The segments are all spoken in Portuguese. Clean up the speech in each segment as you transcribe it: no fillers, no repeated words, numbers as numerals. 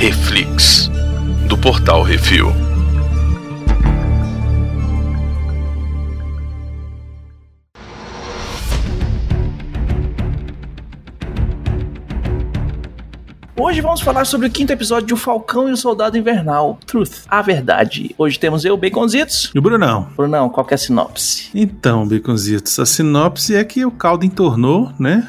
Reflix, do Portal Refil. Hoje vamos falar sobre o 5º episódio de O Falcão e o Soldado Invernal, Truth, a Verdade. Hoje temos eu, Baconzitos. E o Brunão. Brunão, qual que é a sinopse? Então, Baconzitos, a sinopse é que o caldo entornou, né?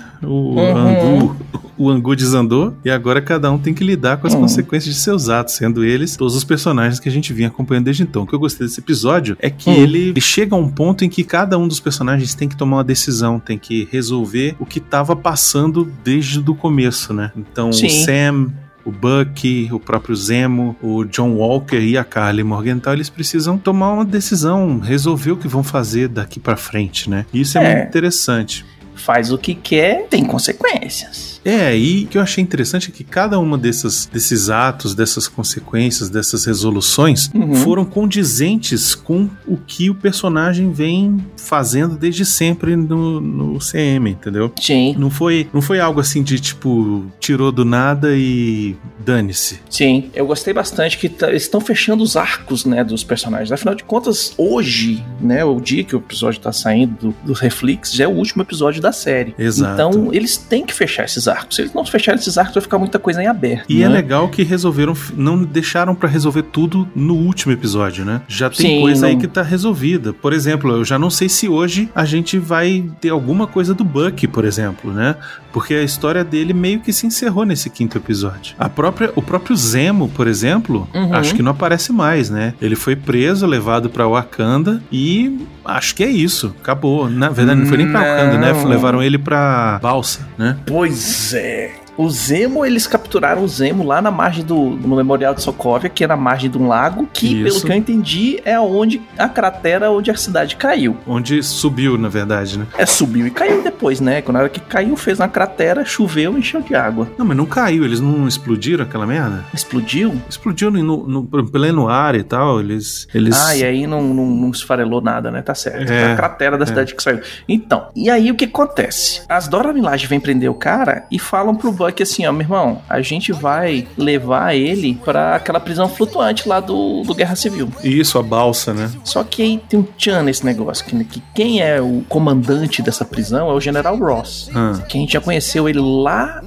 O angu desandou e agora cada um tem que lidar com as consequências de seus atos, sendo eles todos os personagens que a gente vinha acompanhando desde então. O que eu gostei desse episódio é que ele chega a um ponto em que cada um dos personagens tem que tomar uma decisão, tem que resolver o que estava passando desde o começo, né? Então, Sim. O Sam, o Bucky, o próprio Zemo, o John Walker e a Karli Morgenthau, eles precisam tomar uma decisão, resolver o que vão fazer daqui pra frente, né? E isso é muito interessante. Faz o que quer, tem consequências. E o que eu achei interessante é que cada uma desses atos, dessas consequências, dessas resoluções foram condizentes com o que o personagem vem fazendo desde sempre no CM, entendeu? Sim. Não foi algo assim de tipo, tirou do nada e dane-se. Sim, eu gostei bastante que eles estão fechando os arcos, né, dos personagens. Afinal de contas, hoje, né, o dia que o episódio tá saindo do Reflix, já é o último episódio da série. Exato. Então, eles têm que fechar esses arcos. Se eles não fecharem esses arcos, vai ficar muita coisa em aberto. E é legal que não deixaram pra resolver tudo no último episódio, né? Já tem coisa aí que tá resolvida. Por exemplo, eu já não sei se hoje a gente vai ter alguma coisa do Bucky, por exemplo, né? Porque a história dele meio que se encerrou nesse 5º episódio. O próprio Zemo, por exemplo, acho que não aparece mais, né? Ele foi preso, levado pra Wakanda e acho que é isso. Acabou. Na verdade, não foi nem pra Wakanda, né? Levaram ele pra Balsa, né? Pois é. O Zemo, eles capturaram o Zemo lá na margem no Memorial de Sokovia, que é na margem de um lago, que, pelo que eu entendi, é onde a cratera onde a cidade caiu. Onde subiu, na verdade, né? Subiu e caiu depois, né? Quando a hora que caiu, fez na cratera, choveu e encheu de água. Não, mas não caiu, eles não explodiram aquela merda? Explodiu? Explodiu no pleno ar e tal, eles... e aí não esfarelou nada, né? Tá certo. Foi a cratera da cidade que saiu. Então, e aí o que acontece? As Dora Milaje vêm prender o cara e falam pro Bucky assim, ó, meu irmão, a gente vai levar ele pra aquela prisão flutuante lá do Guerra Civil. Isso, a balsa, né? Só que aí tem um tchan nesse negócio, que quem é o comandante dessa prisão é o General Ross, que a gente já conheceu ele lá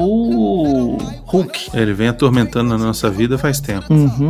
no Hulk. Ele vem atormentando a nossa vida faz tempo.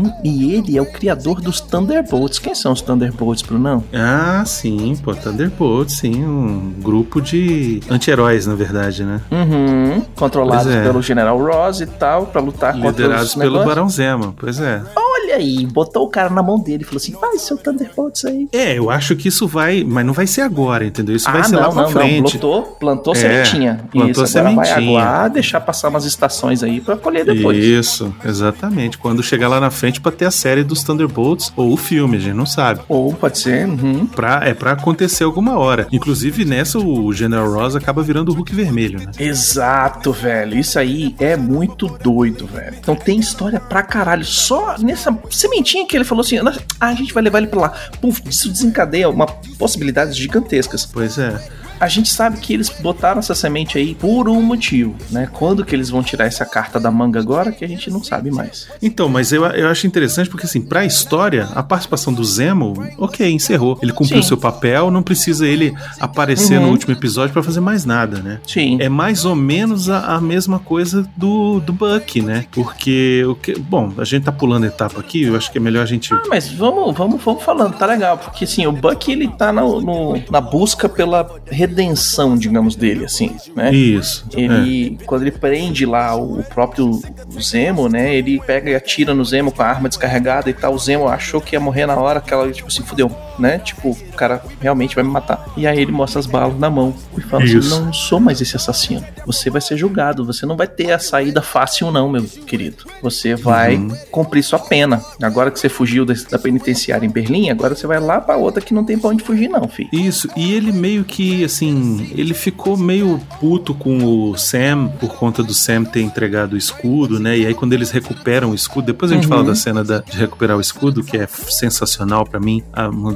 E ele é o criador dos Thunderbolts. Quem são os Thunderbolts, Brunão? Ah, sim, Thunderbolts, sim, um grupo de anti-heróis, na verdade, né? Controlados pelo General Ross e tal, pra lutar contra os liderados pelo Barão Zemo, pois é. Olha aí, botou o cara na mão dele e falou assim, faz seu Thunderbolts aí. Eu acho que isso vai, mas não vai ser agora, entendeu? Isso vai ser lá pra frente. Plantou sementinha. Plantou sementinha. Agora vai aguar, deixar passar umas estações aí pra colher depois. Isso, exatamente. Quando chegar lá na frente pra ter a série dos Thunderbolts, ou o filme, a gente não sabe. Ou pode ser, pra acontecer alguma hora. Inclusive, nessa, o General Ross acaba virando o Hulk vermelho, né? Exato, velho. Isso aí é muito doido, velho. Então tem história pra caralho. Só nessa sementinha que ele falou assim, a gente vai levar ele pra lá. Puf, isso desencadeia possibilidades gigantescas. Pois é. A gente sabe que eles botaram essa semente aí por um motivo, né? Quando que eles vão tirar essa carta da manga agora, que a gente não sabe mais. Então, mas eu acho interessante porque, assim, pra história, a participação do Zemo, encerrou. Ele cumpriu seu papel, não precisa ele aparecer no último episódio pra fazer mais nada, né? Sim. É mais ou menos a mesma coisa do Bucky, né? Porque, bom, a gente tá pulando etapa aqui, eu acho que é melhor a gente... mas vamos falando, tá legal, porque, assim, o Bucky, ele tá na busca pela redenção, digamos, dele, assim, né? Isso. Quando ele prende lá o próprio Zemo, né? Ele pega e atira no Zemo com a arma descarregada e tal. O Zemo achou que ia morrer na hora, que ela, tipo assim, fudeu, né? Tipo, o cara realmente vai me matar. E aí ele mostra as balas na mão e fala assim, não sou mais esse assassino. Você vai ser julgado, você não vai ter a saída fácil não, meu querido. Você vai cumprir sua pena. Agora que você fugiu da penitenciária em Berlim, agora você vai lá pra outra que não tem pra onde fugir não, filho. Isso, e ele meio que, assim, ele ficou meio puto com o Sam, por conta do Sam ter entregado o escudo, né? E aí quando eles recuperam o escudo, depois a gente fala da cena de recuperar o escudo, que é sensacional pra mim, uma das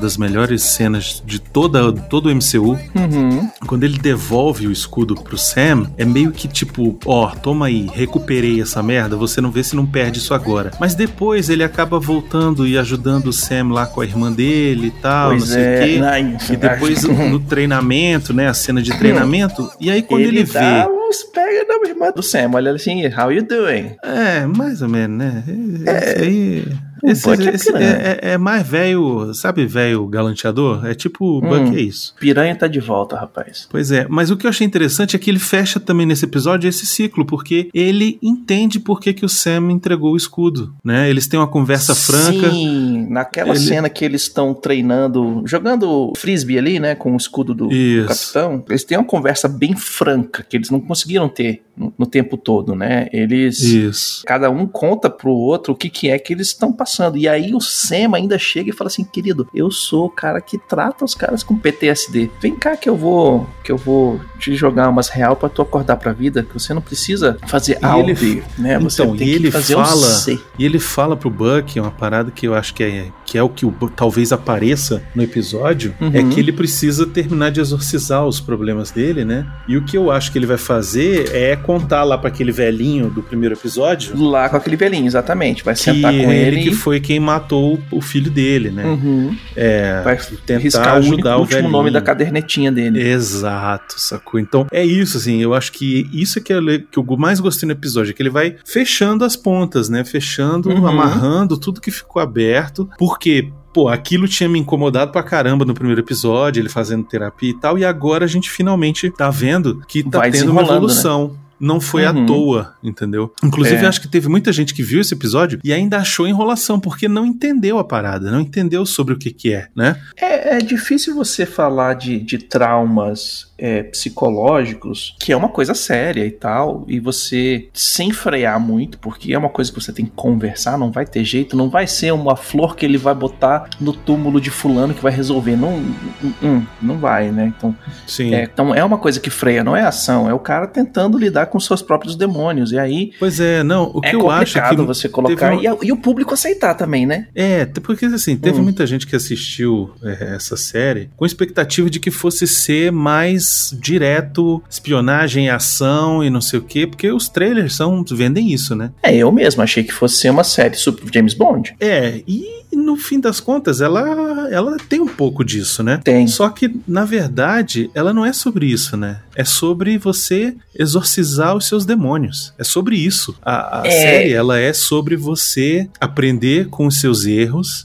das melhores cenas de todo o MCU. Quando ele devolve o escudo pro Sam, é meio que tipo, toma aí, recuperei essa merda, você não vê se não perde isso agora. Mas depois ele acaba voltando e ajudando o Sam lá com a irmã dele e tal, não sei o quê. E depois no treinamento, né, a cena de treinamento, e aí quando ele vê... pega na irmã do Sam, olha assim, how you doing? Mais ou menos, né? Esse é mais velho, sabe, velho galanteador? É tipo, Buck é isso. Piranha tá de volta, rapaz. Pois é, mas o que eu achei interessante é que ele fecha também nesse episódio esse ciclo, porque ele entende por que o Sam entregou o escudo, né? Eles têm uma conversa franca. Sim, naquela cena que eles estão treinando, jogando frisbee ali, né, com o escudo do capitão, eles têm uma conversa bem franca, que eles não conseguiram ter no tempo todo, né? Eles, cada um conta pro outro o que é que eles estão passando. E aí o Sam ainda chega e fala assim, querido, eu sou o cara que trata os caras com PTSD. Vem cá que eu vou te jogar umas real pra tu acordar pra vida, que você não precisa fazer algo, né? Você então, tem que fazer e ele fala pro Buck, uma parada que eu acho que é o que talvez apareça no episódio, é que ele precisa terminar de exorcizar os problemas dele, né? E o que eu acho que ele vai fazer é contar lá pra aquele velhinho do primeiro episódio. Lá com aquele velhinho, exatamente. Vai sentar com ele. Que foi quem matou o filho dele, né? Vai tentar ajudar o último nome da cadernetinha dele. Exato, sacou? Então, é isso, assim, eu acho que isso é que eu mais gostei no episódio, é que ele vai fechando as pontas, né? Fechando, amarrando tudo que ficou aberto, porque... aquilo tinha me incomodado pra caramba no primeiro episódio, ele fazendo terapia e tal, e agora a gente finalmente tá vendo que tá tendo uma evolução. Né? Não foi à toa, entendeu? Inclusive, acho que teve muita gente que viu esse episódio e ainda achou enrolação, porque não entendeu a parada, não entendeu sobre o que é, né? É difícil você falar de traumas psicológicos, que é uma coisa séria e tal, e você sem frear muito, porque é uma coisa que você tem que conversar, não vai ter jeito, não vai ser uma flor que ele vai botar no túmulo de fulano que vai resolver, não vai, né? Então, então é uma coisa que freia, não é ação, é o cara tentando lidar com seus próprios demônios, e aí o que eu acho é que você colocar e o público aceitar também, né? Porque assim, teve muita gente que assistiu essa série com expectativa de que fosse ser mais direto, espionagem e ação e não sei o quê, porque os trailers vendem isso, né? Eu mesmo achei que fosse ser uma série sobre James Bond. E no fim das contas, ela tem um pouco disso, né? Tem. Só que, na verdade, ela não é sobre isso, né? É sobre você exorcizar os seus demônios. É sobre isso. A série, ela é sobre você aprender com os seus erros.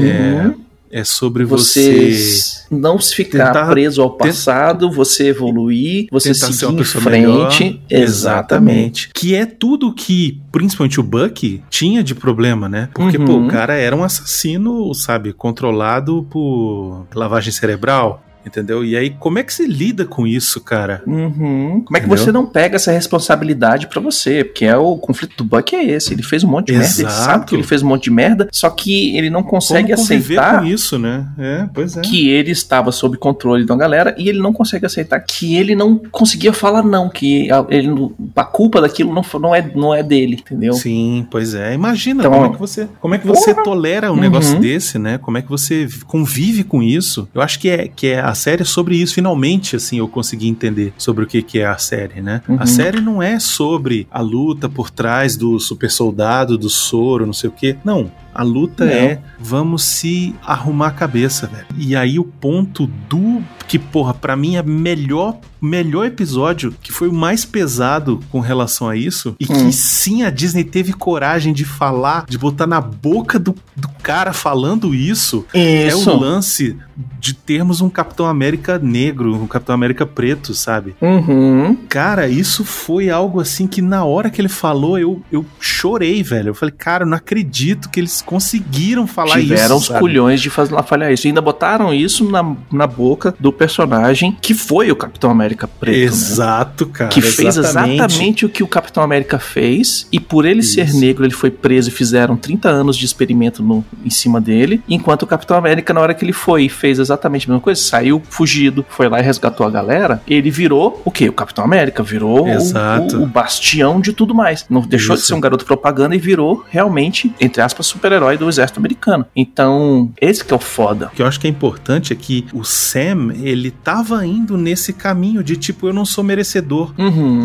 É sobre você não se ficar preso ao passado, você evoluir, você seguir em frente. Melhor. Exatamente. Que é tudo que, principalmente o Buck, tinha de problema, né? Porque, o cara era um assassino, sabe, controlado por lavagem cerebral. Entendeu? E aí, como é que você lida com isso, cara? Como é que você não pega essa responsabilidade pra você? Porque o conflito do Buck é esse. Ele fez um monte de merda, ele sabe que ele fez um monte de merda, só que ele não consegue aceitar com isso, né? Pois é. Que ele estava sob controle da galera e ele não consegue aceitar que ele não conseguia falar não, que a culpa daquilo não é dele, entendeu? Sim, pois é. Imagina, então, como é que você tolera um negócio desse, né? Como é que você convive com isso? Eu acho que a série é sobre isso. Finalmente, assim, eu consegui entender sobre o que é a série, né? A série não é sobre a luta por trás do super soldado, do soro, não sei o quê. Não. A luta é vamos se arrumar a cabeça, velho. E aí o ponto que, pra mim é melhor episódio, que foi o mais pesado com relação a isso, e que sim, a Disney teve coragem de falar, de botar na boca do cara falando isso. É o lance de termos um Capitão América negro, um Capitão América preto, sabe? Cara, isso foi algo assim que na hora que ele falou, eu chorei, velho. Eu falei, cara, eu não acredito que eles conseguiram falar isso. Tiveram os culhões de falhar isso. E ainda botaram isso na boca do personagem que foi o Capitão América preto. Exato, né? Cara. Que fez exatamente o que o Capitão América fez, e por ele ser negro, ele foi preso e fizeram 30 anos de experimento em cima dele, enquanto o Capitão América, na hora que ele fez exatamente a mesma coisa, saiu fugido, foi lá e resgatou a galera, ele virou o quê? O Capitão América, virou o bastião de tudo mais. Não deixou de ser um garoto propaganda e virou realmente, entre aspas, super super-herói do exército americano. Então, esse que é o foda. O que eu acho que é importante é que o Sam, ele tava indo nesse caminho de tipo, eu não sou merecedor.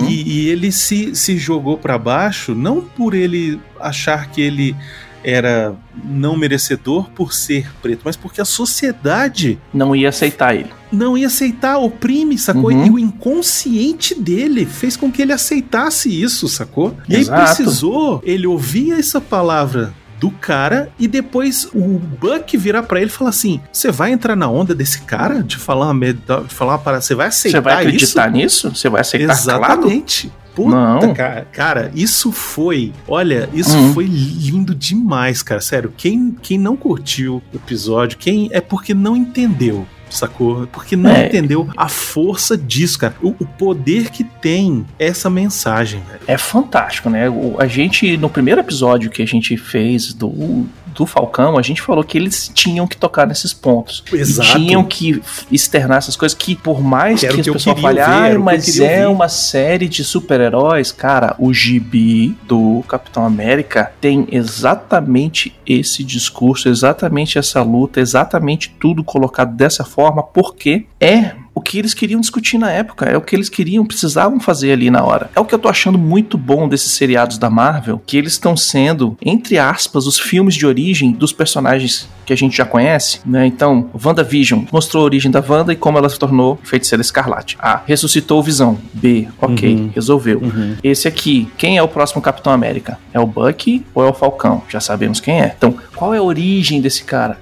E ele se jogou pra baixo, não por ele achar que ele era não merecedor por ser preto, mas porque a sociedade não ia aceitar ele. Não ia aceitar, oprime, sacou? E o inconsciente dele fez com que ele aceitasse isso, sacou? E Exato. aí precisou ele ouvir essa palavra do cara e depois o Buck virar pra ele e falar assim: você vai entrar na onda desse cara? De falar uma parada, você vai aceitar isso? Você vai acreditar nisso? Você vai aceitar? Exatamente. Claro? Puta, não. Cara, isso foi... Olha, isso foi lindo demais, cara. Sério, quem não curtiu o episódio, é porque não entendeu, sacou? Porque não entendeu a força disso, cara. O poder que tem essa mensagem, velho. É fantástico, né? A gente, no primeiro episódio que a gente fez do Falcão, a gente falou que eles tinham que tocar nesses pontos. Exato. E tinham que externar essas coisas que, por mais que as pessoas falem, mas é uma série de super-heróis, cara, o gibi do Capitão América tem exatamente esse discurso, exatamente essa luta, exatamente tudo colocado dessa forma, porque é o que eles queriam discutir na época, é o que eles precisavam fazer ali na hora. É o que eu tô achando muito bom desses seriados da Marvel, que eles estão sendo, entre aspas, os filmes de origem dos personagens que a gente já conhece, né? Então, WandaVision mostrou a origem da Wanda e como ela se tornou Feiticeira Escarlate. A, ressuscitou o Visão. B, ok, resolveu. Esse aqui, quem é o próximo Capitão América? É o Bucky ou é o Falcão? Já sabemos quem é. Então, qual é a origem desse cara?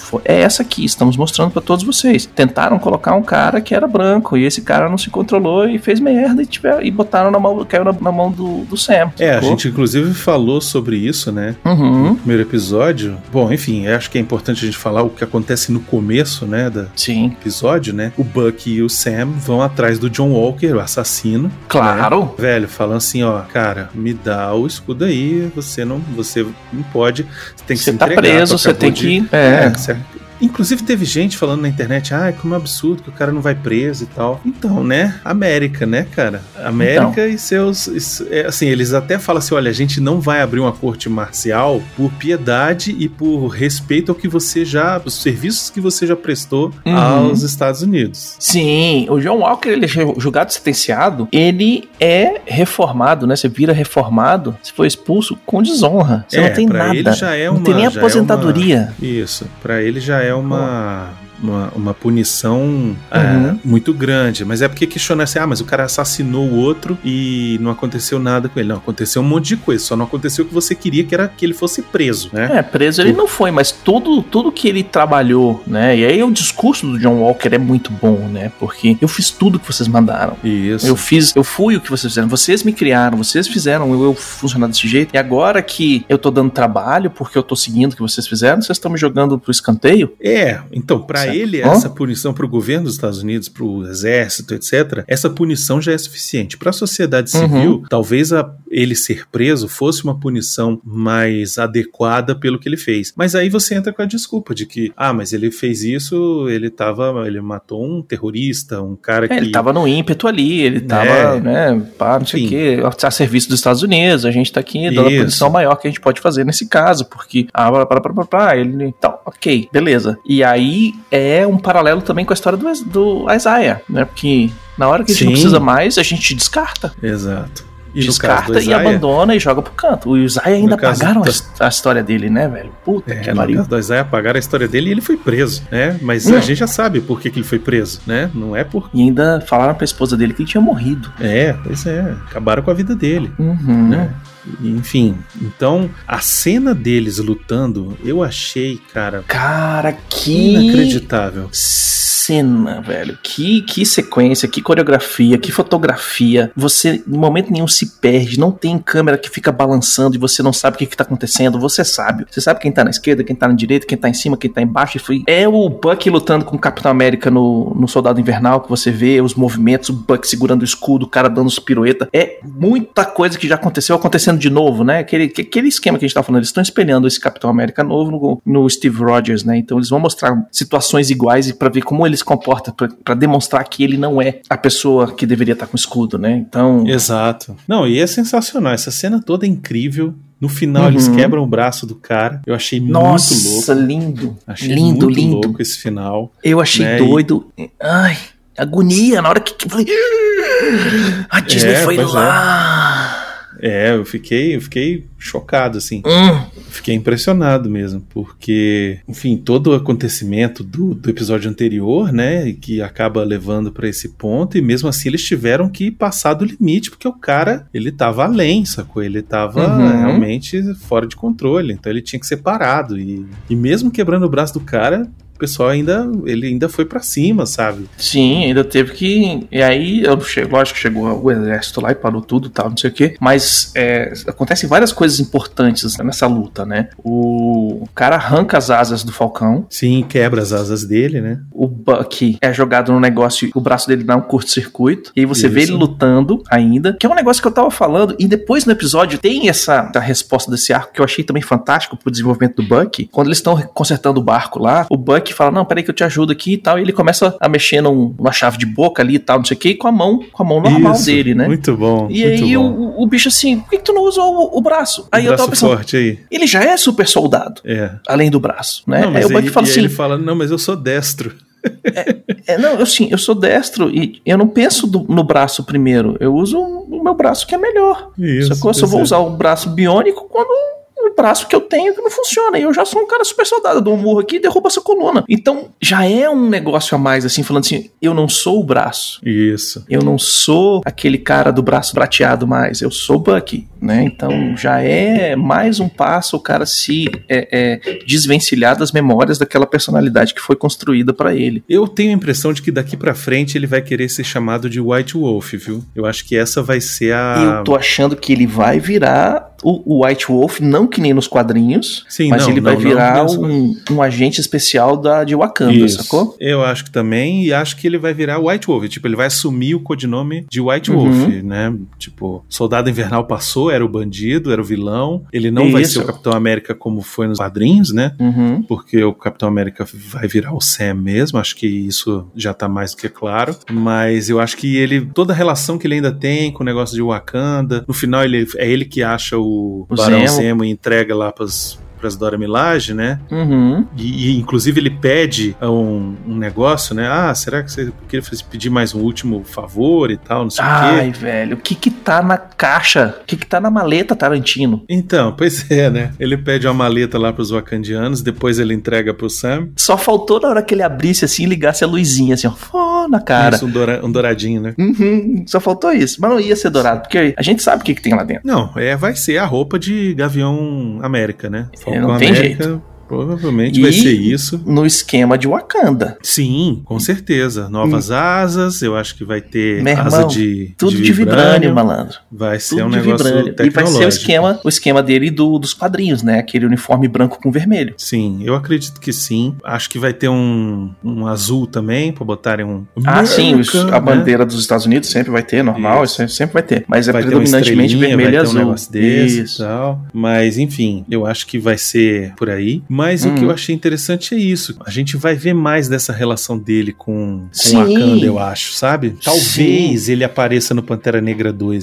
É essa aqui, estamos mostrando pra todos vocês. Tentaram colocar um cara que era branco e esse cara não se controlou e fez merda e botaram na mão, caiu na mão do Sam. A gente inclusive falou sobre isso, né? No primeiro episódio. Bom, enfim, acho que é importante a gente falar o que acontece no começo, né? Do episódio, né? O Bucky e o Sam vão atrás do John Walker, o assassino. Claro. Né? Velho, falando assim, ó, cara, me dá o escudo aí, você não pode, você tem que se entregar. Você tá preso, você tem que... Inclusive teve gente falando na internet, como é um absurdo que o cara não vai preso e tal. Então, né? América, né, cara? América e seus... assim, eles até falam assim, olha, a gente não vai abrir uma corte marcial por piedade e por respeito ao que você os serviços que você já prestou aos Estados Unidos. Sim, o John Walker, ele é julgado sentenciado, ele é reformado, né? Você vira reformado, você foi expulso com desonra. Você não tem nada. Ele já é não tem nem aposentadoria. Isso, pra ele já é uma punição muito grande, mas é porque questiona assim, mas o cara assassinou o outro e não aconteceu nada com ele. Não, aconteceu um monte de coisa, só não aconteceu o que você queria, que era que ele fosse preso, né? Preso ele não foi, mas tudo que ele trabalhou, né? E aí o discurso do John Walker é muito bom, né? Porque eu fiz tudo que vocês mandaram. Isso. Eu fui o que vocês fizeram, vocês me criaram, vocês fizeram eu funcionar desse jeito, e agora que eu tô dando trabalho, porque eu tô seguindo o que vocês fizeram, vocês estão me jogando pro escanteio? Então, pra ele, essa punição pro governo dos Estados Unidos, pro exército, etc., essa punição já é suficiente. Pra sociedade civil, talvez ele ser preso fosse uma punição mais adequada pelo que ele fez. Mas aí você entra com a desculpa de que, mas ele fez isso, ele matou um terrorista, um cara que... Ele tava no ímpeto ali, ele tava, né, não sei o quê, a serviço dos Estados Unidos, a gente tá aqui dando a punição maior que a gente pode fazer nesse caso, porque, ele... Então, ok, beleza. E aí é um paralelo também com a história do Isaiah, né? Porque na hora que a gente não precisa mais, a gente descarta. Exato. E descarta e abandona e joga pro canto. O Isaiah ainda apagaram a história dele, né, velho? Puta que pariu. No caso do Isaiah, apagaram a história dele e ele foi preso, né? Mas a gente já sabe por que ele foi preso, né? Não é por... E ainda falaram pra esposa dele que ele tinha morrido. Pois é. Acabaram com a vida dele, né? Enfim, então a cena deles lutando, eu achei, cara, que inacreditável. Cena, velho, que sequência, que coreografia, que fotografia. Você em momento nenhum se perde, não tem câmera que fica balançando e você não sabe o que tá acontecendo. Você sabe quem tá na esquerda, quem tá na direita, quem tá em cima, quem tá embaixo. É o Bucky lutando com o Capitão América no Soldado Invernal, que você vê os movimentos, o Bucky segurando o escudo, o cara dando os pirueta. É muita coisa que já acontecendo de novo, né? Aquele esquema que a gente tá falando, eles estão espelhando esse Capitão América novo no Steve Rogers, né? Então eles vão mostrar situações iguais e pra ver como ele se comporta, pra demonstrar que ele não é a pessoa que deveria estar com escudo, né? Então... Exato. Não, e é sensacional, essa cena toda é incrível. No final eles quebram o braço do cara. Eu achei muito louco. Nossa, lindo. Achei muito louco esse final. Eu achei doido. Ai, agonia na hora que eu falei... A Disney foi lá... eu fiquei chocado, assim. Fiquei impressionado mesmo, porque, enfim, todo o acontecimento do episódio anterior, né, que acaba levando pra esse ponto, e mesmo assim eles tiveram que passar do limite, porque o cara, ele tava além, sacou? Ele tava realmente fora de controle, então ele tinha que ser parado, e mesmo quebrando o braço do cara, o pessoal ainda foi pra cima, sabe? Sim, ainda teve que... E aí, lógico que chegou o exército lá e parou tudo e tal, não sei o quê. Mas acontecem várias coisas importantes nessa luta, né? O cara arranca as asas do Falcão. Sim, quebra as asas dele, né? O Bucky é jogado num negócio, o braço dele dá um curto-circuito. E aí você vê ele lutando ainda. Que é um negócio que eu tava falando. E depois no episódio tem essa resposta desse arco que eu achei também fantástico pro desenvolvimento do Bucky. Quando eles estão consertando o barco lá, o Bucky fala, não, peraí que eu te ajudo aqui e tal, e ele começa a mexer numa chave de boca ali e tal, não sei o que, com a mão normal dele, né? Muito bom. E aí o bicho assim, por que tu não usa o braço? Aí eu tava pensando, forte aí. Ele já é super soldado, além do braço, né? Não, aí o Bucky fala assim... ele fala, não, mas eu sou destro. Eu sou destro e eu não penso no braço primeiro, eu uso o meu braço que é melhor. Isso, sacou? Eu vou usar o braço biônico quando... o braço que eu tenho que não funciona, e eu já sou um cara super soldado, dou um murro aqui e derruba essa coluna. Então, já é um negócio a mais, assim, falando assim, eu não sou o braço. Isso. Eu não sou aquele cara do braço prateado mais, eu sou Bucky, né? Então, já é mais um passo o cara se desvencilhar das memórias daquela personalidade que foi construída pra ele. Eu tenho a impressão de que daqui pra frente ele vai querer ser chamado de White Wolf, viu? Eu acho que essa vai ser Eu tô achando que ele vai virar o White Wolf, não que nem nos quadrinhos, sim, mas ele vai virar um agente especial de Wakanda, sacou? Eu acho que também, e acho que ele vai virar White Wolf, tipo, ele vai assumir o codinome de White Wolf, né? Tipo, Soldado Invernal passou, era o bandido, era o vilão, ele não vai ser o Capitão América como foi nos quadrinhos, né? Porque o Capitão América vai virar o Sam mesmo, acho que isso já tá mais do que claro, mas eu acho que toda a relação que ele ainda tem com o negócio de Wakanda, no final é ele que acha o Barão Zemo e entrega lá pras Dora Milaje, né? E inclusive ele pede um negócio, né? Será que você queria pedir mais um último favor e tal, não sei o quê? Ai, velho, o que tá na caixa? O que tá na maleta, Tarantino? Então, pois é, né? Ele pede uma maleta lá pros wakandianos, depois ele entrega pro Sam. Só faltou na hora que ele abrisse assim e ligasse a luzinha assim, ó, na cara. Isso, um douradinho, né? Só faltou isso, mas não ia ser dourado, porque a gente sabe o que tem lá dentro. Não, vai ser a roupa de Gavião América, né? Não tem jeito. Provavelmente vai ser isso. No esquema de Wakanda. Sim, com certeza. Novas asas, eu acho que vai ter asa de tudo de vibrânio, malandro. Vai ser um negócio tecnológico. E vai ser o esquema dele dos quadrinhos, né? Aquele uniforme branco com vermelho. Sim, eu acredito que sim. Acho que vai ter um azul também, pra botarem um... sim, a bandeira dos Estados Unidos sempre vai ter, normal, isso sempre vai ter. Mas vai predominantemente vermelho e azul. Um negócio desse e tal. Mas, enfim, eu acho que vai ser por aí. Mas o que eu achei interessante é isso. A gente vai ver mais dessa relação dele com Wakanda, eu acho, sabe? Talvez ele apareça no Pantera Negra 2.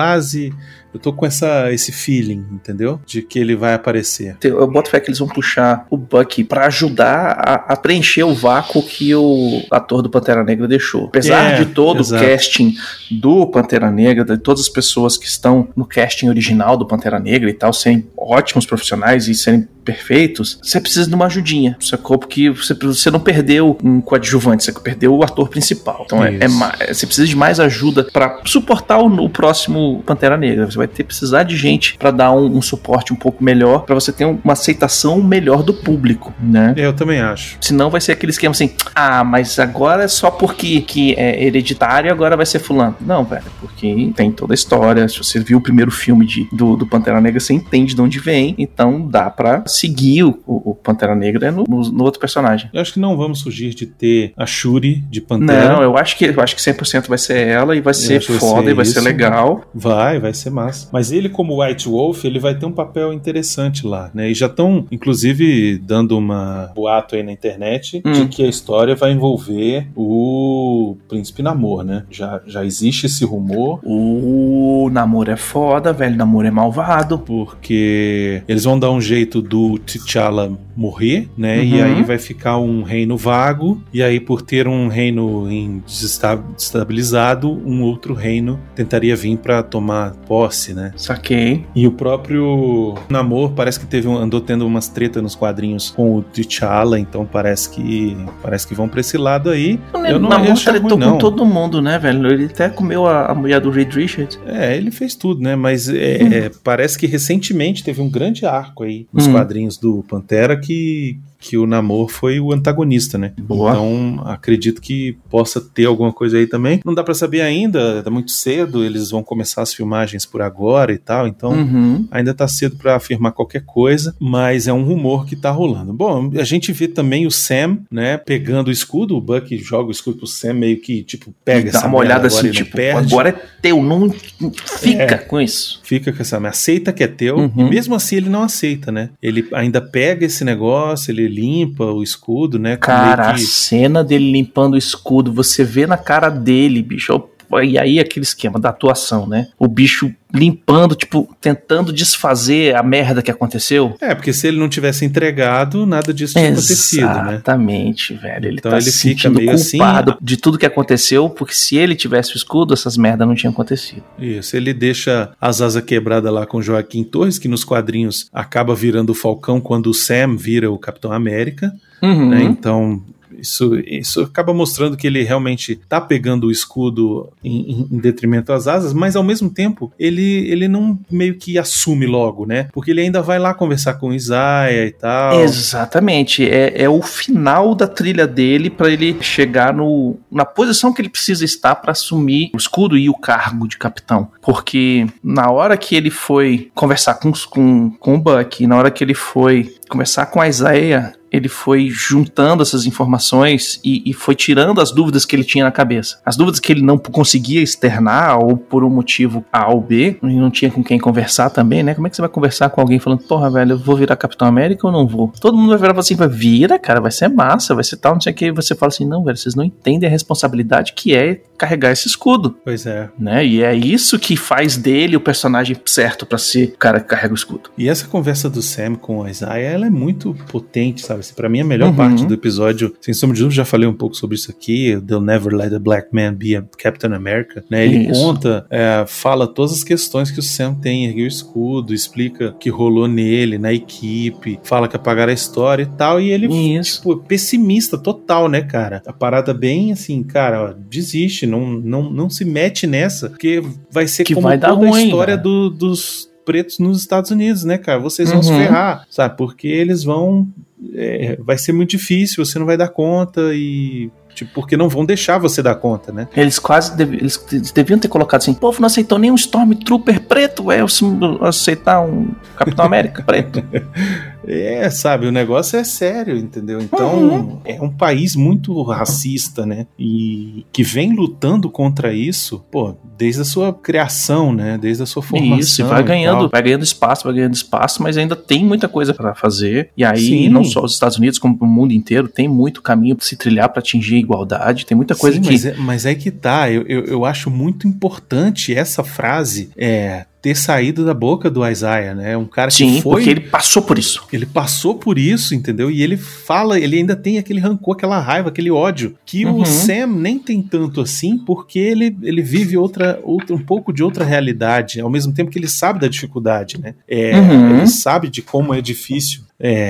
Eu tô com esse feeling, entendeu? De que ele vai aparecer. Eu boto fé que eles vão puxar o Bucky pra ajudar a preencher o vácuo que o ator do Pantera Negra deixou. Apesar de todo o casting do Pantera Negra, de todas as pessoas que estão no casting original do Pantera Negra e tal, serem ótimos profissionais e serem perfeitos, você precisa de uma ajudinha, sacou? Porque você não perdeu um coadjuvante, você perdeu o ator principal. Então você precisa de mais ajuda pra suportar o próximo Pantera Negra. Você vai precisar de gente pra dar um suporte um pouco melhor, pra você ter uma aceitação melhor do público, né? Eu também acho. Senão vai ser aquele esquema assim, mas agora é só porque que é hereditário, agora vai ser fulano. Não, velho, porque tem toda a história. Se você viu o primeiro filme do Pantera Negra, você entende de onde vem, então dá pra seguir o Pantera Negra no outro personagem. Eu acho que não vamos fugir de ter a Shuri de Pantera. Não, eu acho que 100% vai ser ela e vai ser foda e vai ser legal. Vai ser massa. Mas ele, como White Wolf, ele vai ter um papel interessante lá, né? E já estão, inclusive, dando uma boato aí na internet de que a história vai envolver o Príncipe Namor, né? Já existe esse rumor. O Namor é foda, velho. Namor é malvado. Porque porque eles vão dar um jeito do T'Challa morrer, né? E aí vai ficar um reino vago, e aí por ter um reino desestabilizado, um outro reino tentaria vir pra tomar posse, né? Saquei. E o próprio Namor parece que andou tendo umas tretas nos quadrinhos com o T'Challa, então parece que vão pra esse lado aí. Eu não Namor tretou com todo mundo, né, velho? Ele até comeu a mulher do Reed Richards. Ele fez tudo, né? Mas parece que recentemente teve um grande arco aí nos quadrinhos do Pantera que o Namor foi o antagonista, né? Boa. Então, acredito que possa ter alguma coisa aí também. Não dá pra saber ainda, tá muito cedo, eles vão começar as filmagens por agora e tal, então ainda tá cedo pra afirmar qualquer coisa, mas é um rumor que tá rolando. Bom, a gente vê também o Sam, né, pegando o escudo, o Bucky joga o escudo pro Sam, meio que, tipo, pega essa dá uma olhada agora assim, tipo, agora é teu, não fica com isso. Fica com essa, aceita que é teu, e mesmo assim ele não aceita, né? Ele ainda pega esse negócio, ele limpa o escudo, né? Cara, a cena dele limpando o escudo, você vê na cara dele, bicho. E aí aquele esquema da atuação, né? O bicho limpando, tipo, tentando desfazer a merda que aconteceu. Porque se ele não tivesse entregado, nada disso tinha acontecido, né? Exatamente, velho. Ele então tá ele se sentindo fica meio culpado assim, de tudo que aconteceu, porque se ele tivesse o escudo, essas merdas não tinham acontecido. Isso, ele deixa as asas quebradas lá com Joaquim Torres, que nos quadrinhos acaba virando o Falcão quando o Sam vira o Capitão América, né? Então isso acaba mostrando que ele realmente tá pegando o escudo em detrimento das asas, mas ao mesmo tempo ele não meio que assume logo, né? Porque ele ainda vai lá conversar com o Isaiah e tal. Exatamente, é o final da trilha dele pra ele chegar na posição que ele precisa estar pra assumir o escudo e o cargo de capitão. Porque na hora que ele foi conversar com o Bucky, na hora que ele foi conversar com a Isaiah, ele foi juntando essas informações e foi tirando as dúvidas que ele tinha na cabeça. As dúvidas que ele não conseguia externar, ou por um motivo A ou B, e não tinha com quem conversar também, né? Como é que você vai conversar com alguém falando, porra, velho, eu vou virar Capitão América ou não vou? Todo mundo vai virar e falar assim, vira, cara, vai ser massa, vai ser tal, não sei o que. E você fala assim, não, velho, vocês não entendem a responsabilidade que é carregar esse escudo. Pois é. Né? E é isso que faz dele o personagem certo pra ser o cara que carrega o escudo. E essa conversa do Sam com a Isaiah, ela é muito potente, sabe? Pra mim, a melhor parte do episódio, sem sombra de dúvida, já falei um pouco sobre isso aqui, They'll Never Let a Black Man Be a Captain America, né? Ele conta, fala todas as questões que o Sam tem, ergueu o escudo, explica o que rolou nele, na equipe, fala que apagaram a história e tal, e ele, tipo, pessimista total, né, cara? A parada bem assim, cara, ó, desiste, não se mete nessa, porque vai ser que como vai toda a história dos pretos nos Estados Unidos, né, cara? Vocês vão se ferrar, sabe? Porque eles vão... vai ser muito difícil, você não vai dar conta e... Tipo, porque não vão deixar você dar conta, né? Eles eles deviam ter colocado assim, o povo não aceitou nem um Stormtrooper preto, aceitar um Capitão América preto. Sabe, o negócio é sério, entendeu? Então, é um país muito racista, né? E que vem lutando contra isso, pô, desde a sua criação, né? Desde a sua formação. Isso, vai ganhando espaço, mas ainda tem muita coisa pra fazer. E aí, não só os Estados Unidos, como o mundo inteiro, tem muito caminho pra se trilhar pra atingir a igualdade, tem muita coisa mas é que tá, eu acho muito importante essa frase, ter saído da boca do Isaiah, né? Um cara que foi... porque ele passou por isso. Ele passou por isso, entendeu? E ele fala, ele ainda tem aquele rancor, aquela raiva, aquele ódio, que o Sam nem tem tanto assim, porque ele vive um pouco de outra realidade, ao mesmo tempo que ele sabe da dificuldade, né? Ele sabe de como é difícil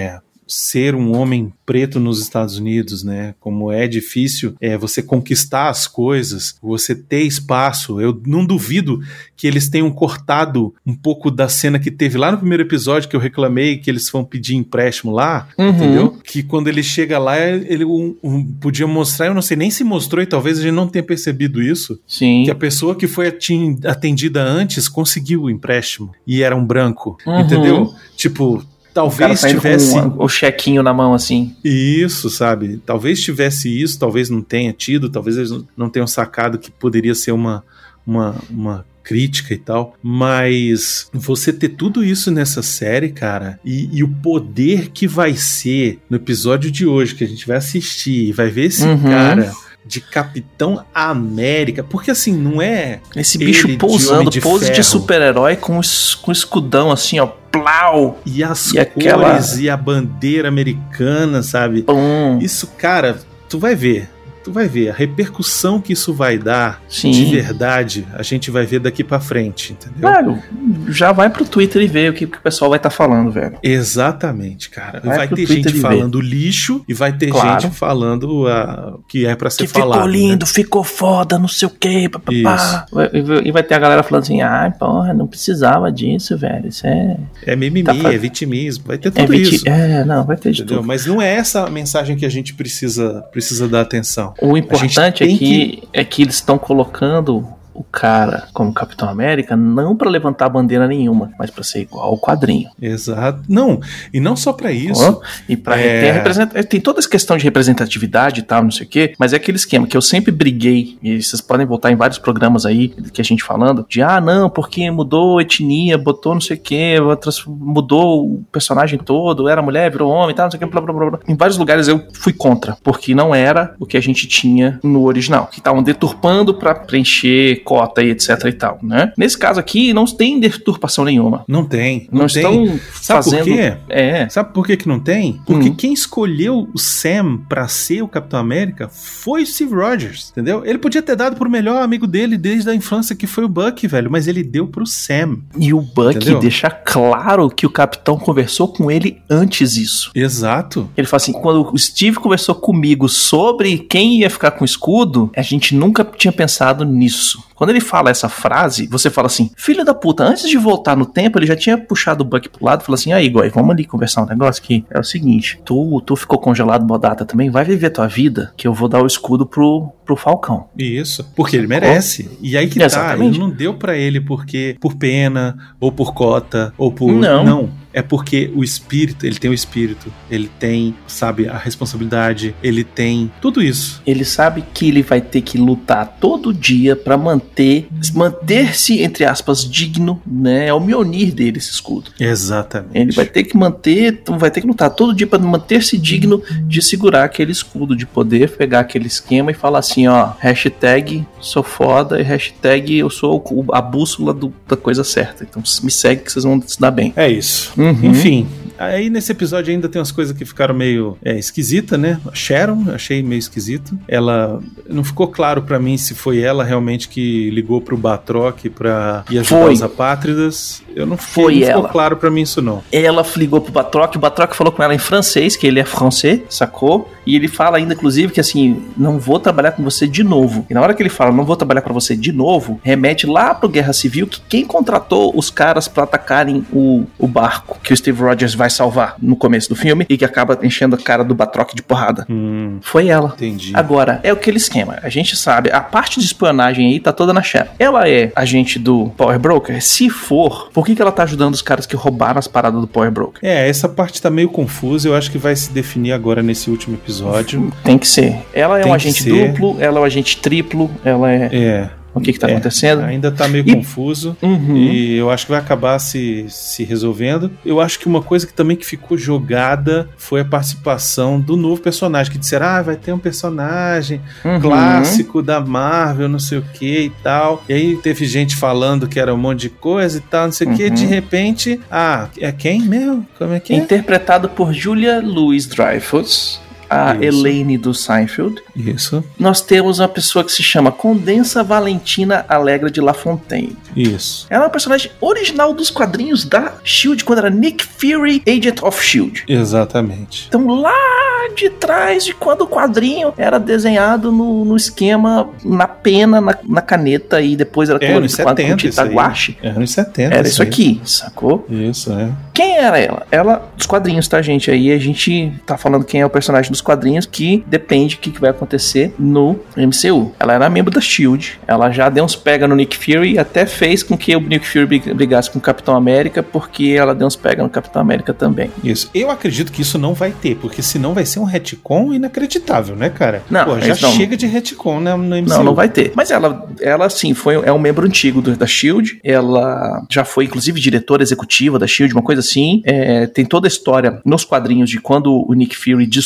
ser um homem preto nos Estados Unidos, né? Como é difícil você conquistar as coisas, você ter espaço. Eu não duvido que eles tenham cortado um pouco da cena que teve lá no primeiro episódio, que eu reclamei que eles vão pedir empréstimo lá, entendeu? Que quando ele chega lá, ele podia mostrar, eu não sei nem se mostrou, e talvez a gente não tenha percebido isso, que a pessoa que foi atendida antes conseguiu o empréstimo, e era um branco, entendeu? Tipo... Talvez tivesse o chequinho na mão assim. Isso, sabe? Talvez tivesse isso, talvez não tenha tido, talvez eles não tenham sacado que poderia ser uma crítica e tal, mas você ter tudo isso nessa série, cara, e o poder que vai ser no episódio de hoje, que a gente vai assistir e vai ver esse cara de Capitão América, porque assim, não é esse bicho pousando, pose de super-herói com escudão assim, ó, plau! E as cores e a bandeira americana, sabe? Isso, cara, tu vai ver a repercussão que isso vai dar. Sim. De verdade, a gente vai ver daqui pra frente, entendeu? Claro, já vai pro Twitter e vê o que o pessoal vai estar falando, velho. Exatamente, cara. Vai ter gente falando lixo e vai ter gente falando o que é pra ser falado. Ficou lindo, né? Ficou foda, não sei o quê, papapá. E vai ter a galera falando assim, porra, não precisava disso, velho, isso é mimimi, é vitimismo, vai ter tudo isso. Não, vai ter de tudo. Mas não é essa a mensagem que a gente precisa dar atenção. O importante é que eles estão colocando o cara como Capitão América não pra levantar bandeira nenhuma, mas pra ser igual ao quadrinho. Exato. Não, e não só pra isso. E pra tem toda essa questão de representatividade e tal, não sei o quê, mas é aquele esquema que eu sempre briguei, e vocês podem voltar em vários programas aí que a gente falando, de não, porque mudou etnia, botou não sei o quê, mudou o personagem todo, era mulher, virou homem e tal, não sei o quê, blá, blá, blá, blá. Em vários lugares eu fui contra, porque não era o que a gente tinha no original, que estavam deturpando pra preencher cota e etc e tal, né? Nesse caso aqui, não tem deturpação nenhuma. Não tem. Não estão fazendo... Sabe por quê? Sabe por que não tem? Porque quem escolheu o Sam pra ser o Capitão América foi o Steve Rogers, entendeu? Ele podia ter dado pro melhor amigo dele desde a infância, que foi o Bucky, velho, mas ele deu pro Sam. E o Bucky deixa claro que o Capitão conversou com ele antes disso. Exato. Ele fala assim, quando o Steve conversou comigo sobre quem ia ficar com o escudo, a gente nunca tinha pensado nisso. Quando ele fala essa frase, você fala assim, filho da puta, antes de voltar no tempo, ele já tinha puxado o Bucky pro lado e falou assim, aí, Igor, vamos ali conversar um negócio que é o seguinte, tu ficou congelado uma data também, vai viver tua vida, que eu vou dar o escudo pro Falcão. Isso, porque ele merece. E aí que ele não deu pra ele porque por pena, ou por cota, ou por... Não. É porque o espírito, ele tem o espírito, ele tem, sabe, a responsabilidade, ele tem tudo isso. Ele sabe que ele vai ter que lutar todo dia pra manter-se, entre aspas, digno, né? É o Mjolnir dele, esse escudo. Exatamente. Ele vai ter que lutar todo dia pra manter-se digno de segurar aquele escudo, de poder pegar aquele esquema e falar assim, hashtag sou foda e hashtag eu sou a bússola da coisa certa. Então me segue que vocês vão se dar bem. É isso. Enfim, aí nesse episódio ainda tem umas coisas que ficaram meio esquisitas, né? A Sharon, achei meio esquisito. Ela, não ficou claro pra mim se foi ela realmente que ligou pro Batroc pra ir ajudar os apátridas. Não ficou claro pra mim isso não. Ela ligou pro Batroc, o Batroc falou com ela em francês, que ele é francês, sacou? E ele fala ainda, inclusive, que assim, não vou trabalhar com você de novo. E na hora que ele fala, não vou trabalhar pra você de novo, remete lá pro Guerra Civil, que quem contratou os caras pra atacarem o barco que o Steve Rogers vai salvar no começo do filme e que acaba enchendo a cara do Batroc de porrada. Foi ela. Entendi. Agora, é aquele esquema. A gente sabe, a parte de espionagem aí tá toda na Sharon. Ela é agente do Power Broker? Se for, por que ela tá ajudando os caras que roubaram as paradas do Power Broker? Essa parte tá meio confusa. Eu acho que vai se definir agora nesse último episódio. Tem que ser. Ela é um agente duplo, ela é um agente triplo, ela é... O que tá acontecendo? Ainda tá meio confuso. E eu acho que vai acabar se resolvendo. Eu acho que uma coisa que também que ficou jogada foi a participação do novo personagem, que disseram, vai ter um personagem clássico da Marvel, não sei o que e tal. E aí teve gente falando que era um monte de coisa e tal, não sei o que. De repente, é quem mesmo? Como é que é? Interpretado por Julia Louis-Dreyfus, a Elaine do Seinfeld. Isso. Nós temos uma pessoa que se chama Condensa Valentina Allegra de LaFontaine. Isso. Ela é uma personagem original dos quadrinhos da S.H.I.E.L.D., quando era Nick Fury, Agent of S.H.I.E.L.D. Exatamente. Então lá de trás de quando o quadrinho era desenhado no esquema, na pena, na caneta, e depois era colorido com tinta guache. Era nos 70. Era isso aqui, sacou? Isso, Quem era ela? Ela, dos quadrinhos, tá, gente? Aí a gente tá falando quem é o personagem dos quadrinhos, que depende do que vai acontecer no MCU. Ela era membro da S.H.I.E.L.D., ela já deu uns pega no Nick Fury e até fez com que o Nick Fury brigasse com o Capitão América, porque ela deu uns pega no Capitão América também. Isso. Eu acredito que isso não vai ter, porque senão vai ser um retcon inacreditável, né, cara? Não, já chega de retcon, né, no MCU. Não vai ter. Mas ela sim, é um membro antigo da S.H.I.E.L.D., ela já foi, inclusive, diretora executiva da S.H.I.E.L.D., uma coisa assim. Tem toda a história nos quadrinhos de quando o Nick Fury destrói a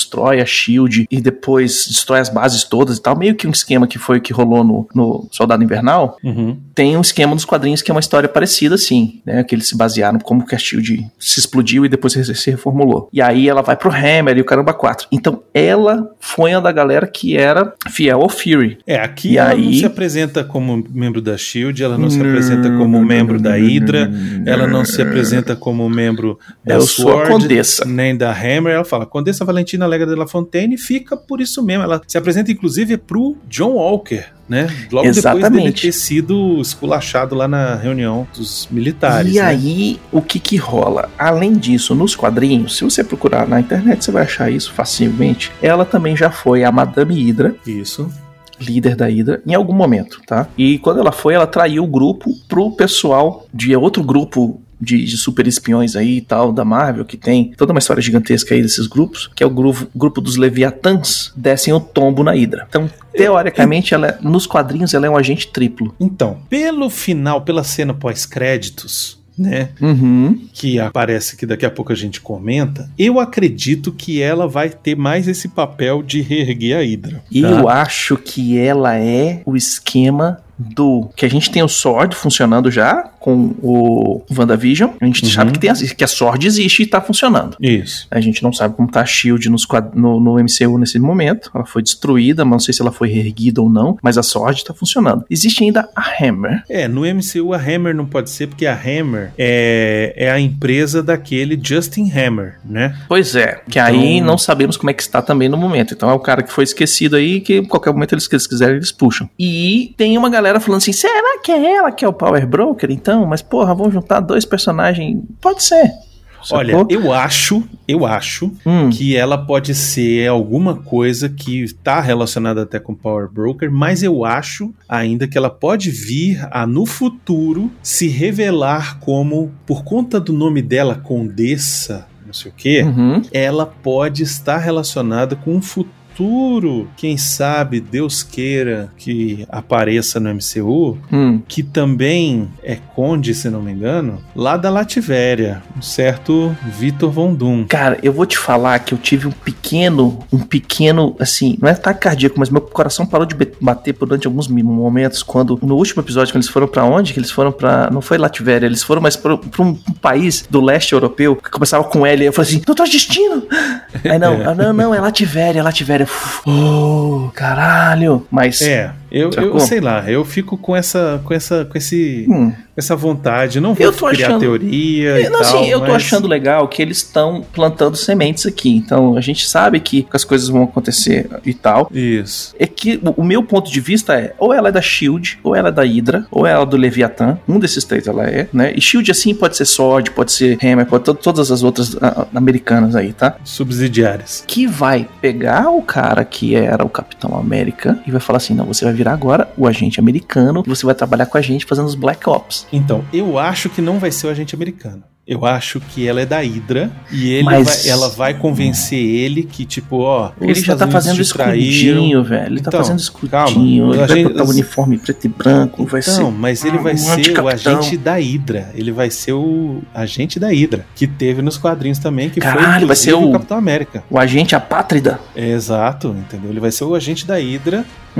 a SHIELD e depois destrói as bases todas e tal, meio que um esquema que foi o que rolou no Soldado Invernal, tem um esquema nos quadrinhos que é uma história parecida assim, né, que eles se basearam como que a SHIELD se explodiu e depois se reformulou. E aí ela vai pro Hammer e o caramba 4. Então ela foi uma da galera que era fiel ao Fury. Aqui ela não se apresenta como membro da SHIELD, ela não se apresenta como membro da Hydra, ela não se apresenta como membro da Sword, Condessa, nem da Hammer. Ela fala, Condessa Valentina Allegra de La Fontaine, fica por isso mesmo. Ela se apresenta inclusive pro John Walker, né? Logo depois dele ter sido esculachado lá na reunião dos militares. E aí, o que rola? Além disso, nos quadrinhos, se você procurar na internet, você vai achar isso facilmente. Ela também já foi a Madame Hydra. Isso. Líder da Hydra, em algum momento, tá? E quando ela foi, ela traiu o grupo pro pessoal de outro grupo de super espiões aí e tal, da Marvel, que tem toda uma história gigantesca aí desses grupos, que é o grupo dos Leviatãs, descem o tombo na Hydra. Então, teoricamente, nos quadrinhos, ela é um agente triplo. Então, pelo final, pela cena pós-créditos, né? Que aparece, que daqui a pouco a gente comenta, eu acredito que ela vai ter mais esse papel de reerguer a Hydra. Eu acho que ela é o esquema que a gente tem o Sword funcionando já com o WandaVision. A gente sabe que a Sword existe e tá funcionando. Isso. A gente não sabe como tá a SHIELD no MCU nesse momento. Ela foi destruída, mas não sei se ela foi reerguida ou não, mas a Sword tá funcionando. Existe ainda a Hammer. No MCU a Hammer não pode ser, porque a Hammer é a empresa daquele Justin Hammer, né? Pois é, que então... aí não sabemos como é que está também no momento. Então é o cara que foi esquecido aí, que em qualquer momento eles quiserem, eles puxam. E tem uma galera falando assim, será que é ela que é o Power Broker, então? Mas porra, vamos juntar dois personagens? Pode ser. Sacou? Olha, eu acho que ela pode ser alguma coisa que está relacionada até com Power Broker, mas eu acho ainda que ela pode vir a, no futuro, se revelar como, por conta do nome dela, Condessa, não sei o quê, ela pode estar relacionada com um futuro, quem sabe, Deus queira que apareça no MCU, que também é conde, se não me engano, lá da Lativéria, um certo Victor Von Doom. Cara, eu vou te falar que eu tive um pequeno, assim, não é ataque cardíaco, mas meu coração parou de bater durante alguns momentos, quando, no último episódio, quando eles foram pra onde? Que eles foram pra, não foi Lativéria, eles foram mais pra um país do leste europeu, que começava com L, e eu falei assim, Doutor Destino! Aí não, é Lativéria, oh, caralho, mas... Eu sei lá, eu fico com essa vontade, não vou criar teoria e tal. Assim, eu tô achando legal que eles estão plantando sementes aqui, então a gente sabe que as coisas vão acontecer e tal. Isso. É que o meu ponto de vista é, ou ela é da SHIELD, ou ela é da Hydra, ou ela é do Leviatã, um desses três ela é, né? E SHIELD assim pode ser Sword, pode ser Hammer, pode todas as outras americanas aí, tá? Subsidiárias. Que vai pegar o cara que era o Capitão América e vai falar assim, não, você vai virar agora o agente americano, você vai trabalhar com a gente fazendo os Black Ops. Então, eu acho que não vai ser o agente americano. Eu acho que ela é da Hydra e ela vai convencer ele que, tipo, ó... Ele já tá fazendo escudinho, velho. Ele tá fazendo escudinho. Calma, ele vai botar o uniforme preto e branco. Não, mas ele vai ser o agente da Hydra. Ele vai ser o agente da Hydra, que teve nos quadrinhos também, que foi vai ser o Capitão América. O agente apátrida. Exato, entendeu? Ele vai ser o agente da Hydra.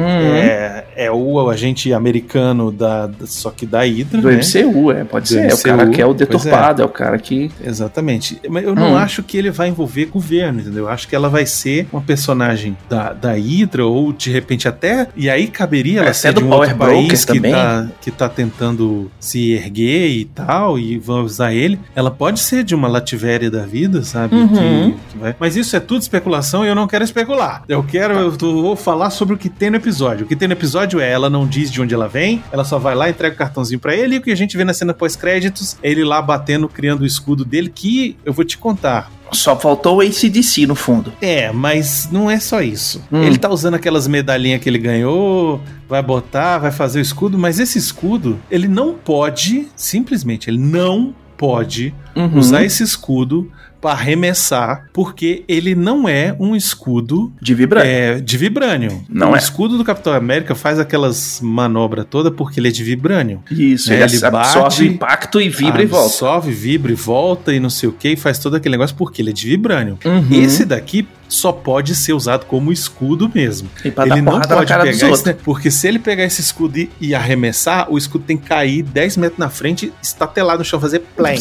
É o agente americano só que da Hydra, do MCU, pode ser. É o cara que é o deturpado, é o cara que... Exatamente. Mas eu não acho que ele vai envolver governo, entendeu? Eu acho que ela vai ser uma personagem da Hydra, ou de repente até... E aí caberia ela ser de um outro país que tá tentando se erguer e tal, e vão usar ele. Ela pode ser de uma Lativéria da vida, sabe? Que vai... Mas isso é tudo especulação e eu não quero especular. Eu vou falar sobre o que tem no episódio. O que tem no episódio ela não diz de onde ela vem, ela só vai lá, entrega o cartãozinho pra ele, e o que a gente vê na cena pós-créditos é ele lá batendo, criando o escudo dele, que eu vou te contar. Só faltou o AC/DC no fundo. Mas não é só isso. Ele tá usando aquelas medalhinhas que ele ganhou, vai botar, vai fazer o escudo, mas esse escudo, ele não pode, simplesmente, ele não pode usar esse escudo pra arremessar, porque ele não é um escudo de vibrânio. De vibrânio. Não o escudo do Capitão América faz aquelas manobras todas porque ele é de vibrânio. Isso, ele absorve impacto e vibra e volta. Absorve, vibra e volta e não sei o que, e faz todo aquele negócio porque ele é de vibrânio. Uhum. Esse daqui só pode ser usado como escudo mesmo. E pra ele não pode pegar esse, porque se ele pegar esse escudo e arremessar, o escudo tem que cair 10 metros na frente, estatelar no chão, fazer play.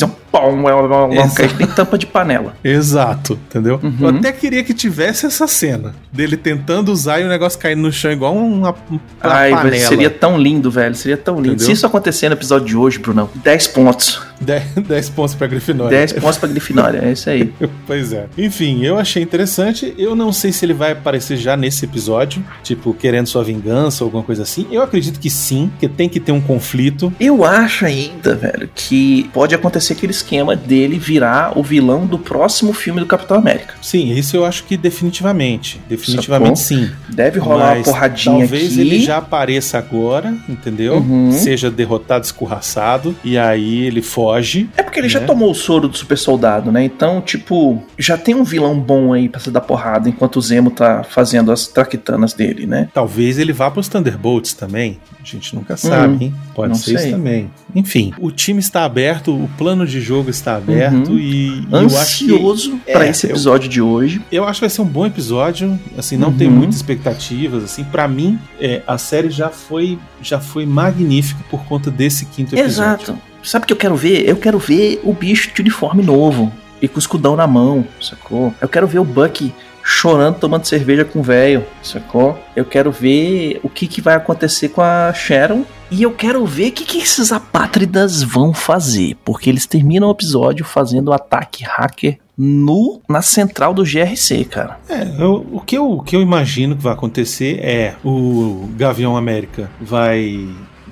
Tem tampa de panela. Exato, entendeu? Uhum. Eu até queria que tivesse essa cena dele tentando usar e o negócio caindo no chão igual uma panela. Seria tão lindo, velho. Seria tão lindo. Entendeu? Se isso acontecer no episódio de hoje, Brunão, 10 pontos. 10 pontos pra Grifinória. 10 pontos pra Grifinória, é isso aí. Pois é. Enfim, eu achei interessante. Eu não sei se ele vai aparecer já nesse episódio, tipo, querendo sua vingança ou alguma coisa assim. Eu acredito que sim, que tem que ter um conflito. Eu acho ainda, velho, que pode acontecer aquele esquema dele virar o vilão do próximo filme do Capitão América. Sim, isso eu acho que definitivamente. Definitivamente sim. Deve rolar uma porradinha talvez aqui. Ele já apareça agora, entendeu? Uhum. Seja derrotado, escorraçado, e aí ele foge. É porque ele já tomou o soro do super soldado, né? Então, tipo, já tem um vilão bom aí pra se dar porrada enquanto o Zemo tá fazendo as traquitanas dele, né? Talvez ele vá pros Thunderbolts também. A gente nunca sabe, hein? Pode ser isso também. Enfim, o time está aberto, o plano de jogo está aberto e ansioso para esse episódio de hoje. Eu acho que vai ser um bom episódio, assim, não tem muitas expectativas, assim, para mim, a série já foi magnífica por conta desse quinto episódio. Exato. Sabe o que eu quero ver? Eu quero ver o bicho de uniforme novo e com o escudão na mão, sacou? Eu quero ver o Bucky chorando, tomando cerveja com o velho, sacou? Eu quero ver o que vai acontecer com a Sharon e eu quero ver o que esses apátridas vão fazer, porque eles terminam o episódio fazendo o ataque hacker na central do GRC, cara. O que eu imagino que vai acontecer é o Gavião América vai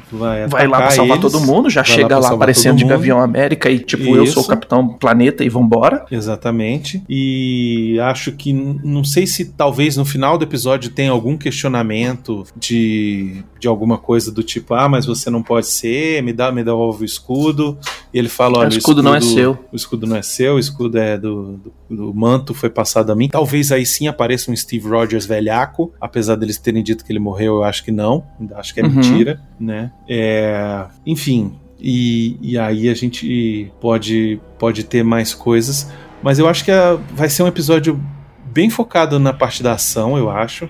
lá pra salvar todo mundo, já chega lá aparecendo de Gavião América e tipo, isso. Eu sou o Capitão Planeta e vambora. Exatamente. E acho que, não sei se talvez no final do episódio tenha algum questionamento de alguma coisa do tipo, mas você não pode ser, me devolve o escudo. E ele fala, olha, o escudo não é seu. O escudo não é seu, o escudo é do manto, foi passado a mim. Talvez aí sim apareça um Steve Rogers velhaco, apesar deles terem dito que ele morreu, eu acho que não. Acho que é mentira, né? Enfim, e aí a gente pode ter mais coisas, mas eu acho que vai ser um episódio bem focado na parte da ação, eu acho.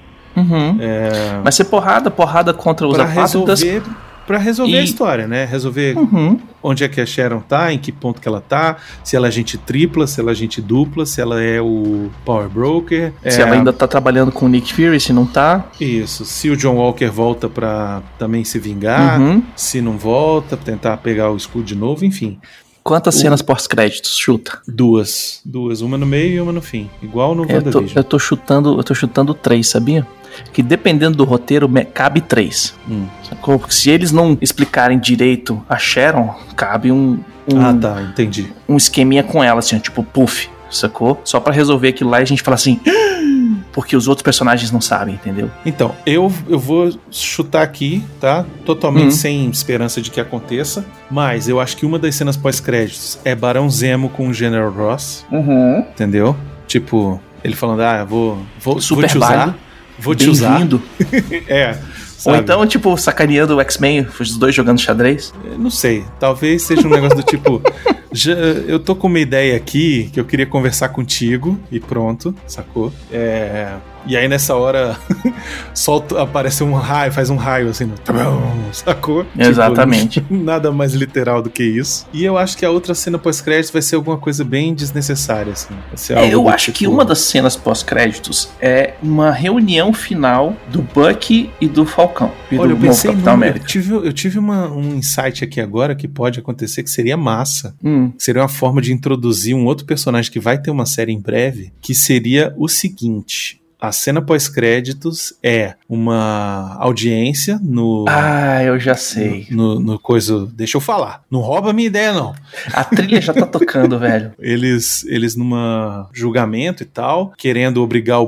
Vai ser porrada contra os apátridas. Pra resolver a história, né? Resolver onde é que a Sharon tá, em que ponto que ela tá, se ela é agente tripla, se ela é agente dupla, se ela é o Power Broker. Se ela ainda tá trabalhando com o Nick Fury, se não tá. Isso, se o John Walker volta pra também se vingar, se não volta, pra tentar pegar o escudo de novo, enfim. Quantas cenas pós-créditos? Chuta. Duas, uma no meio e uma no fim. Igual no WandaVision. Eu tô chutando 3, sabia? Que dependendo do roteiro, cabe 3. Sacou? Porque se eles não explicarem direito a Sharon, cabe tá, entendi. Um esqueminha com ela, assim, tipo, puff, sacou? Só pra resolver aquilo lá e a gente fala assim... Porque os outros personagens não sabem, entendeu? Então, eu vou chutar aqui, tá? Totalmente sem esperança de que aconteça. Mas eu acho que uma das cenas pós-créditos é Barão Zemo com o General Ross. Entendeu? Tipo, ele falando, vou te usar. Vou te usar. Bem-vindo. Ou então, tipo, sacaneando o X-Men, os dois jogando xadrez. Não sei. Talvez seja um negócio do tipo... eu tô com uma ideia aqui que eu queria conversar contigo e pronto, sacou? E aí nessa hora aparece um raio, faz um raio assim, sacou? Exatamente. Tipo, nada mais literal do que isso. E eu acho que a outra cena pós-créditos vai ser alguma coisa bem desnecessária, assim. Vai ser algo eu acho que uma das cenas pós-créditos é uma reunião final do Bucky e do Falcão. E Olha, do eu pensei Capitão América. Eu tive um insight aqui agora que pode acontecer, que seria massa. Seria uma forma de introduzir um outro personagem que vai ter uma série em breve, que seria o seguinte... A cena pós-créditos é uma audiência no... Ah, eu já sei. No coisa... Deixa eu falar. Não rouba a minha ideia, não. A trilha já tá tocando, velho. Eles numa julgamento e tal, querendo obrigar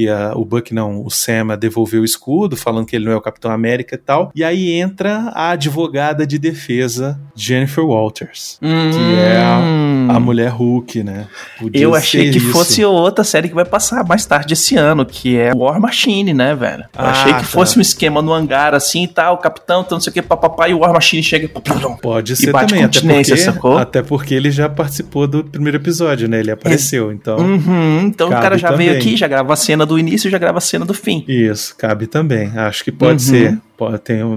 o Sam a devolver o escudo, falando que ele não é o Capitão América e tal. E aí entra a advogada de defesa, Jennifer Walters, que é a mulher Hulk, né? Eu achei que fosse outra série que vai passar mais tarde esse ano, que é War Machine, né, velho? Eu achei que fosse um esquema no hangar assim e tal, o Capitão, então não sei o que, papapá, e o War Machine chega... Pode ser bate também, sacou? Até porque ele já participou do primeiro episódio, né? Ele apareceu, então... Então o cara já veio aqui, já grava a cena do início e já grava a cena do fim. Isso, cabe também. Acho que pode ser. Tem uma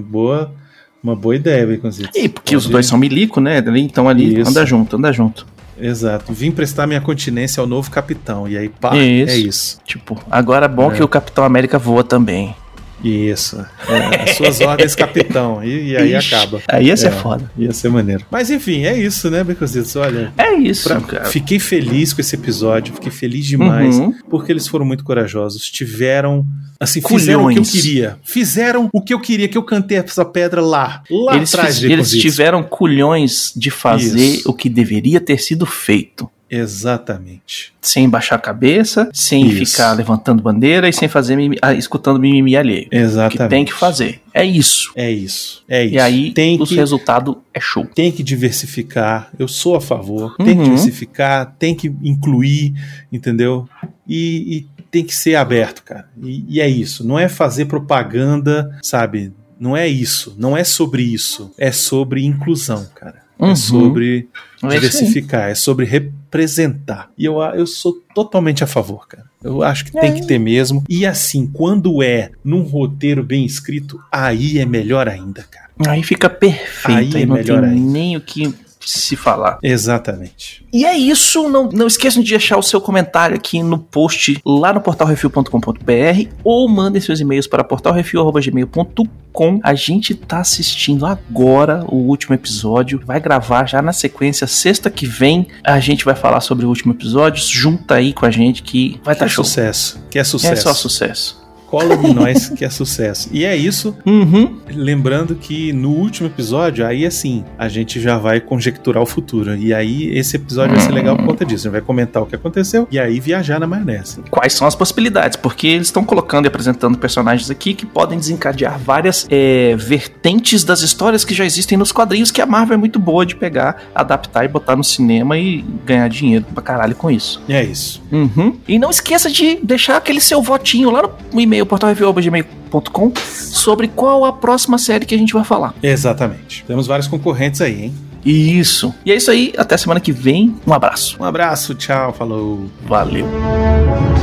boa ideia, Baconzitos. E porque os dois são milico, né? Então ali anda junto. Exato. Vim prestar minha continência ao novo capitão. E aí, pá, é isso. Tipo, agora é bom que o Capitão América voa também. Isso. As suas ordens, capitão. E aí acaba. Aí ia ser foda. Ia ser maneiro. Mas enfim, é isso, né, Baconzitos? Olha. É isso, cara. Fiquei feliz com esse episódio. Fiquei feliz demais. Porque eles foram muito corajosos. Fizeram o que eu queria. Fizeram o que eu queria, que eu cantei essa pedra lá atrás. Eles tiveram culhões de fazer o que deveria ter sido feito. Exatamente. Sem baixar a cabeça, sem ficar levantando bandeira e sem fazer escutando mimimi alheio. Exatamente. O que tem que fazer. É isso. E aí o resultado é show. Tem que diversificar. Eu sou a favor. Tem que diversificar, tem que incluir, entendeu? E tem que ser aberto, cara. E é isso. Não é fazer propaganda, sabe? Não é isso. Não é sobre isso. É sobre inclusão, cara. É sobre diversificar, é sobre representar. E eu sou totalmente a favor, cara. Eu acho que tem que ter mesmo. E assim, quando é num roteiro bem escrito, aí é melhor ainda, cara. Aí fica perfeito. Aí não tem nem o que se falar. Exatamente. E é isso, não esqueçam de deixar o seu comentário aqui no post lá no portalrefil.com.br ou mandem seus e-mails para portalrefil@gmail.com. A gente tá assistindo agora o último episódio, vai gravar já na sequência, sexta que vem a gente vai falar sobre o último episódio, junta aí com a gente que vai estar show. Sucesso. É só sucesso. Cola em nós que é sucesso. E é isso. Lembrando que no último episódio, aí assim, a gente já vai conjecturar o futuro. E aí esse episódio vai ser legal por conta disso. A gente vai comentar o que aconteceu e aí viajar na maionese. Quais são as possibilidades? Porque eles estão colocando e apresentando personagens aqui que podem desencadear várias vertentes das histórias que já existem nos quadrinhos, que a Marvel é muito boa de pegar, adaptar e botar no cinema e ganhar dinheiro pra caralho com isso. É isso. E não esqueça de deixar aquele seu votinho lá no e-mail portalrefil@gmail.com sobre qual a próxima série que a gente vai falar. Exatamente. Temos vários concorrentes aí, hein? Isso. E é isso aí. Até semana que vem. Um abraço. Um abraço. Tchau. Falou. Valeu.